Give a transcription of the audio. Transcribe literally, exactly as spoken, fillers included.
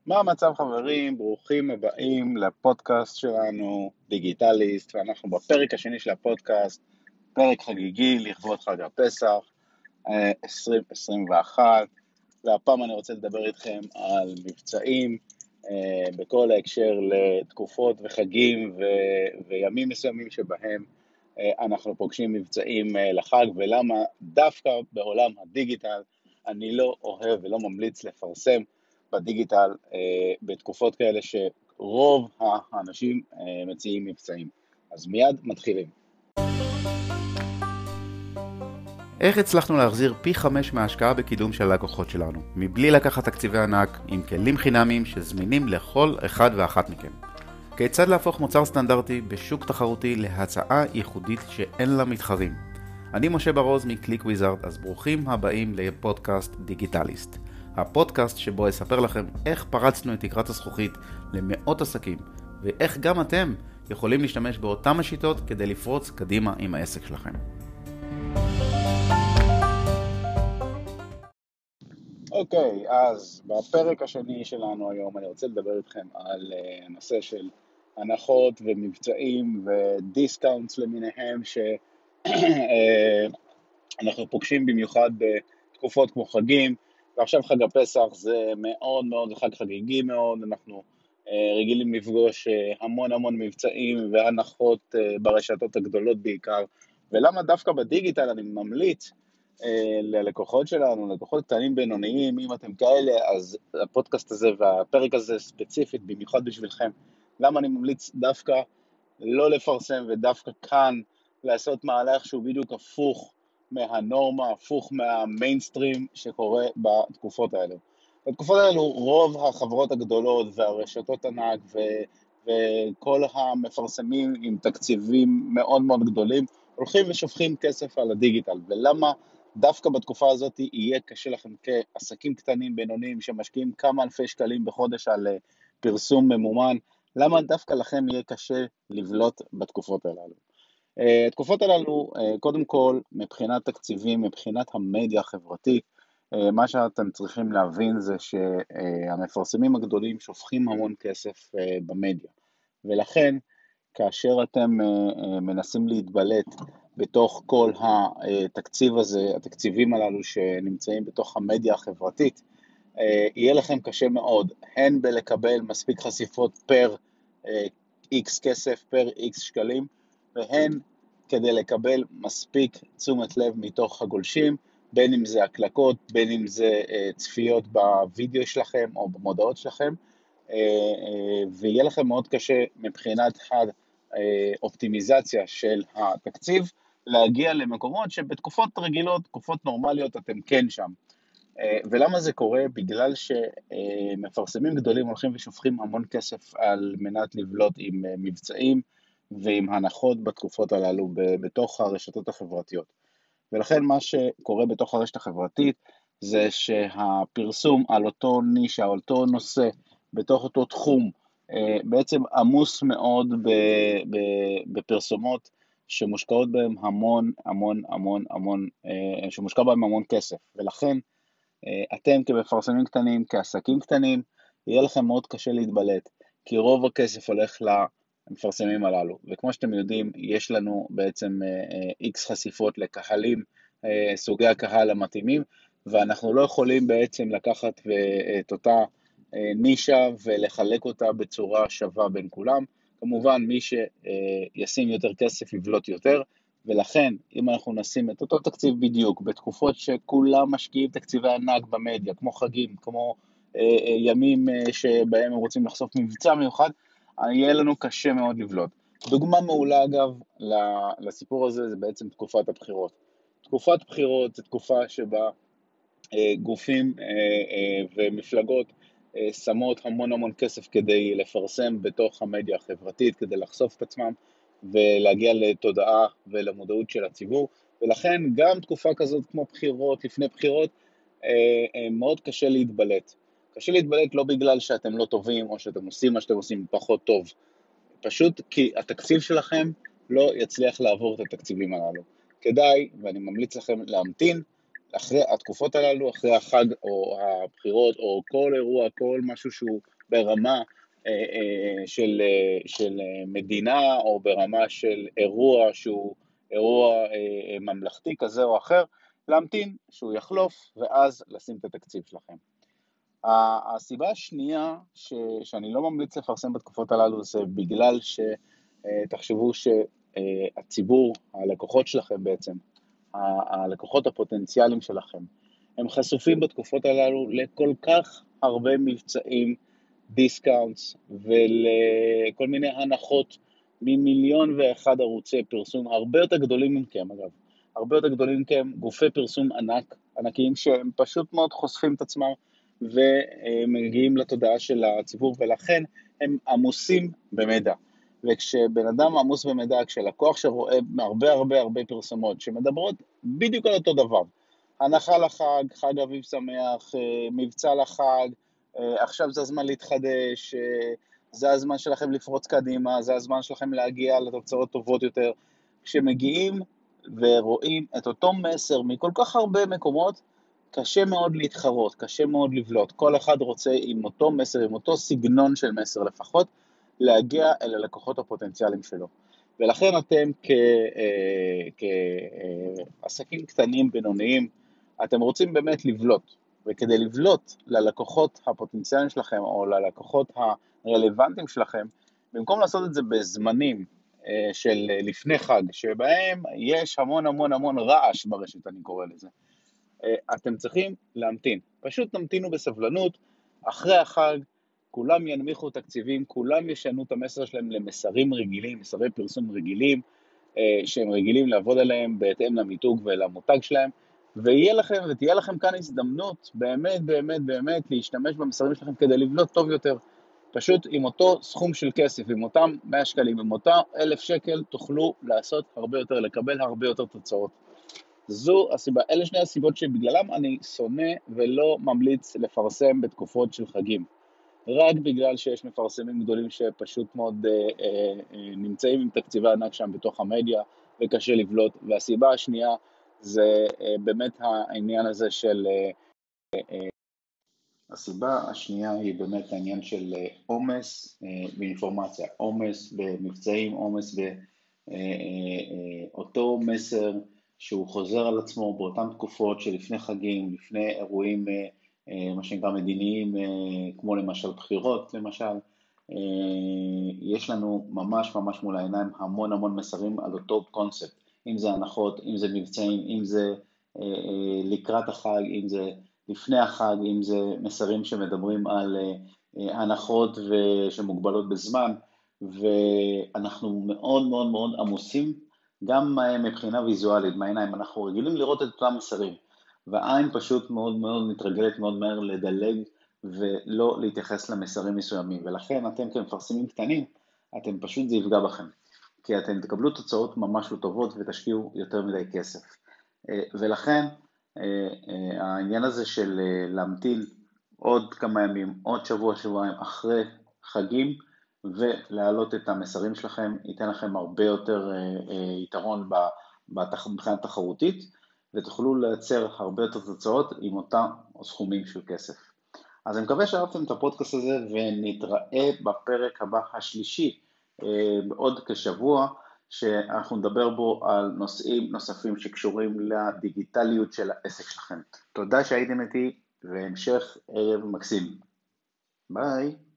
מה המצב חברים? ברוכים הבאים לפודקאסט שלנו, דיגיטליסט, ואנחנו בפרק השני של הפודקאסט, פרק חגיגי לכבוד חג הפסח אה, עשרים עשרים ואחת, והפעם אני רוצה לדבר איתכם על מבצעים, אה, בכל ההקשר לתקופות וחגים ו- וימים מסוימים שבהם אה, אנחנו פוגשים מבצעים אה, לחג, ולמה דווקא בעולם הדיגיטל אני לא אוהב ולא ממליץ לפרסם בדיגיטל אה, בתקופות כאלה שרוב האנשים אה, מציעים מבצעים. אז מיד מתחילים. איך הצלחנו להחזיר פי חמש מההשקעה בקידום של הלקוחות שלנו, מבלי לקחת תקציבי ענק, עם כלים חינמיים שזמינים לכל אחד ואחת מכם? כיצד להפוך מוצר סטנדרטי בשוק תחרותי להצעה ייחודית שאין לה מתחרים? אני משה ברוז מקליק וויזארד, אז ברוכים הבאים לפודקאסט דיגיטליסט. הפודקאסט שבו אספר לכם איך פרצנו את תקרת הזכוכית למאות עסקים, ואיך גם אתם יכולים להשתמש באותן השיטות כדי לפרוץ קדימה עם העסק שלכם. אוקיי, אז בפרק השני שלנו היום אני רוצה לדבר איתכם על uh, הנושא של הנחות ומבצעים ודיסקאונטס למיניהם שאנחנו פוגשים במיוחד בתקופות כמו חגים, ועכשיו חג הפסח זה מאוד מאוד חג חגיגי מאוד, אנחנו uh, רגילים לפגוש uh, המון המון מבצעים והנחות uh, ברשתות הגדולות בעיקר, ולמה דווקא בדיגיטל אני ממליץ ללקוחות שלנו, לקוחות קטנים בינוניים, אם אתם כאלה, אז הפודקאסט הזה והפרק הזה ספציפית, במיוחד בשבילכם. למה אני ממליץ דווקא לא לפרסם ודווקא כאן לעשות מהלך שהוא בדיוק הפוך מהנורמה, הפוך מהמיינסטרים שקורה בתקופות האלו. בתקופות האלו רוב החברות הגדולות והרשתות ענק ו... וכל המפרסמים עם תקציבים מאוד מאוד גדולים הולכים ושופכים כסף על הדיגיטל. ולמה דווקא בתקופה הזאת יהיה קשה לכם כעסקים קטנים בינוניים שמשקיעים כמה אלפי שקלים בחודש על פרסום ממומן? למה דווקא לכם יהיה קשה לבלוט בתקופות הללו? התקופות הללו, קודם כל, מבחינת תקציבים, מבחינת המדיה החברתית, מה שאתם צריכים להבין זה שהמפרסמים הגדולים שופכים המון כסף במדיה, ולכן כאשר אתם מנסים להתבלט בתוך כל התקציב הזה, התקציבים הללו שנמצאים בתוך המדיה החברתית, יהיה לכם קשה מאוד, הן בלקבל מספיק חשיפות פר X כסף, פר X שקלים, והן כדי לקבל מספיק תשומת לב מתוך הגולשים, בין אם זה הקלקות, בין אם זה צפיות בווידאו שלכם או במודעות שלכם, ויהיה לכם מאוד קשה מבחינת האופטימיזציה של התקציב, להגיע למקומות שבתקופות רגילות, תקופות נורמליות, אתם כן שם. ולמה זה קורה? בגלל שמפרסמים גדולים הולכים ושופכים המון כסף על מנת לבלוט עם מבצעים ועם הנחות בתקופות הללו בתוך הרשתות החברתיות. ולכן מה שקורה בתוך הרשת החברתית זה שהפרסום על אותו נישה, על אותו נושא, בתוך אותו תחום, בעצם עמוס מאוד בפרסומות שמושקעות בהם המון המון המון המון, שמושקע בהם המון כסף, ולכן אתם כמפרסמים קטנים, כעסקים קטנים, יהיה לכם מאוד קשה להתבלט, כי רוב הכסף הולך למפרסמים הללו, וכמו שאתם יודעים, יש לנו בעצם X חשיפות לקהלים, סוגי הקהל המתאימים, ואנחנו לא יכולים בעצם לקחת את אותה נישה ולחלק אותה בצורה שווה בין כולם. כמובן מי שישים יותר כסף יבלוט יותר, ולכן אם אנחנו נשים את אותו תקציב בדיוק בתקופות שכולם משקיעים תקציבי ענק במדיה, כמו חגים, כמו ימים שבהם הם רוצים לחשוף מבצע מיוחד, יהיה לנו קשה מאוד לבלוט. דוגמה מעולה אגב לסיפור הזה זה בעצם תקופת הבחירות. תקופת בחירות זה תקופה שבה גופים ומפלגות שמות המון המון כסף כדי לפרסם בתוך המדיה החברתית, כדי לחשוף את עצמם ולהגיע לתודעה ולמודעות של הציבור, ולכן גם תקופה כזאת כמו בחירות, לפני בחירות, מאוד קשה להתבלט. קשה להתבלט לא בגלל שאתם לא טובים או שאתם עושים מה שאתם עושים פחות טוב, פשוט כי התקציב שלכם לא יצליח לעבור את התקציבים הללו. כדאי, ואני ממליץ לכם להמתין אחרי התקופות הללו, אחרי החג או הבחירות או כל אירוע, כל משהו שהוא ברמה אה, אה, של, אה, של אה, מדינה או ברמה של אירוע שהוא אירוע אה, ממלכתי כזה או אחר, להמתין שהוא יחלוף ואז לשים את התקציב שלכם. הסיבה השנייה ש, שאני לא ממליץ לפרסם בתקופות הללו זה בגלל שתחשבו שהציבור, הלקוחות שלכם בעצם, הלקוחות הפוטנציאליים שלכם, הם חשופים בתקופות הללו לכל כך הרבה מבצעים, דיסקאונטס ולכל מיני הנחות ממיליון ואחד ערוצי פרסום, הרבה יותר גדולים מכם אגב, הרבה יותר גדולים מכם, גופי פרסום ענק, ענקיים שהם פשוט מאוד חושפים את עצמם ומגיעים לתודעה של הציבור, ולכן הם עמוסים במידע. וכשבן אדם עמוס במידע, כשלקוח שרואה הרבה הרבה הרבה פרסומות שמדברות בדיוק על אותו דבר, הנחה לחג, חג אביב שמח, מבצע לחג, עכשיו זה הזמן להתחדש, זה הזמן שלכם לפרוץ קדימה, זה הזמן שלכם להגיע לתוצאות טובות יותר, כשמגיעים ורואים את אותו מסר מכל כך הרבה מקומות, קשה מאוד להתחרות, קשה מאוד לבלוט, כל אחד רוצה עם אותו מסר, עם אותו סגנון של מסר לפחות, להגיע אל הלקוחות הפוטנציאליים שלו. ולכן אתם כעסקים קטנים, בינוניים, אתם רוצים באמת לבלוט, וכדי לבלוט ללקוחות הפוטנציאליים שלכם, או ללקוחות הרלוונטיים שלכם, במקום לעשות את זה בזמנים של לפני חג, שבהם יש המון המון המון רעש ברשת, אני קורא לזה, אתם צריכים להמתין. פשוט תמתינו בסבלנות, אחרי החג, כולם ינמיכו תקציבים, כולם ישנו את המסר שלהם למסרים רגילים, מסרי פרסום רגילים, שהם רגילים לעבוד עליהם בהתאם למיתוג ולמותג שלהם, ויהיה לכם, ותהיה לכם כאן הזדמנות באמת, באמת, באמת להשתמש במסרים שלכם כדי לבלוט טוב יותר. פשוט עם אותו סכום של כסף, עם אותם מאה שקלים, עם אותם אלף שקל, תוכלו לעשות הרבה יותר, לקבל הרבה יותר תוצאות. זו הסיבה, אלה שני הסיבות שבגללם אני שונא ולא ממליץ לפרסם בתקופות של חגים. רק בגלל שיש מפרסמים גדולים שפשוט מאוד אה, אה, אה, נמצאים עם תקציבי ענק שם בתוך המדיה וקשה לבלוט. והסיבה השנייה זה אה, באמת העניין הזה של... אה, אה, הסיבה השנייה היא באמת העניין של עומס אה, באינפורמציה, עומס במבצעים, עומס באותו אה, אה, מסר שהוא חוזר על עצמו באותן תקופות שלפני חגים, לפני אירועים מה שנקרא מדיניים, כמו למשל בחירות, למשל, יש לנו ממש ממש מול העיניים המון המון מסרים על אותו קונספט, אם זה הנחות, אם זה מבצעים, אם זה לקראת החג, אם זה לפני החג, אם זה מסרים שמדברים על הנחות שמוגבלות בזמן, ואנחנו מאוד מאוד מאוד עמוסים, גם מבחינה ויזואלית, מהעיניים, אנחנו רגילים לראות את אותם מסרים, והעין פשוט מאוד מאוד מתרגלת מאוד מהר לדלג ולא להתייחס למסרים מסוימים, ולכן אתם כמפרסמים קטנים, אתם פשוט זה יפגע בכם, כי אתם תקבלו תוצאות ממש לא טובות ותשקיעו יותר מדי כסף. ולכן העניין הזה של להמתין עוד כמה ימים, עוד שבוע, שבועיים אחרי חגים, ולהעלות את המסרים שלכם, ייתן לכם הרבה יותר יתרון מבחינה תחרותית, ותוכלו לייצר הרבה יותר תוצאות עם אותם סכומים של כסף. אז אני מקווה שאהבתם את הפודקאסט הזה, ונתראה בפרק הבא השלישי, בעוד כשבוע, שאנחנו נדבר בו על נושאים נוספים שקשורים לדיגיטליות של העסק שלכם. תודה שהייתם איתי, והמשך ערב מקסים. ביי.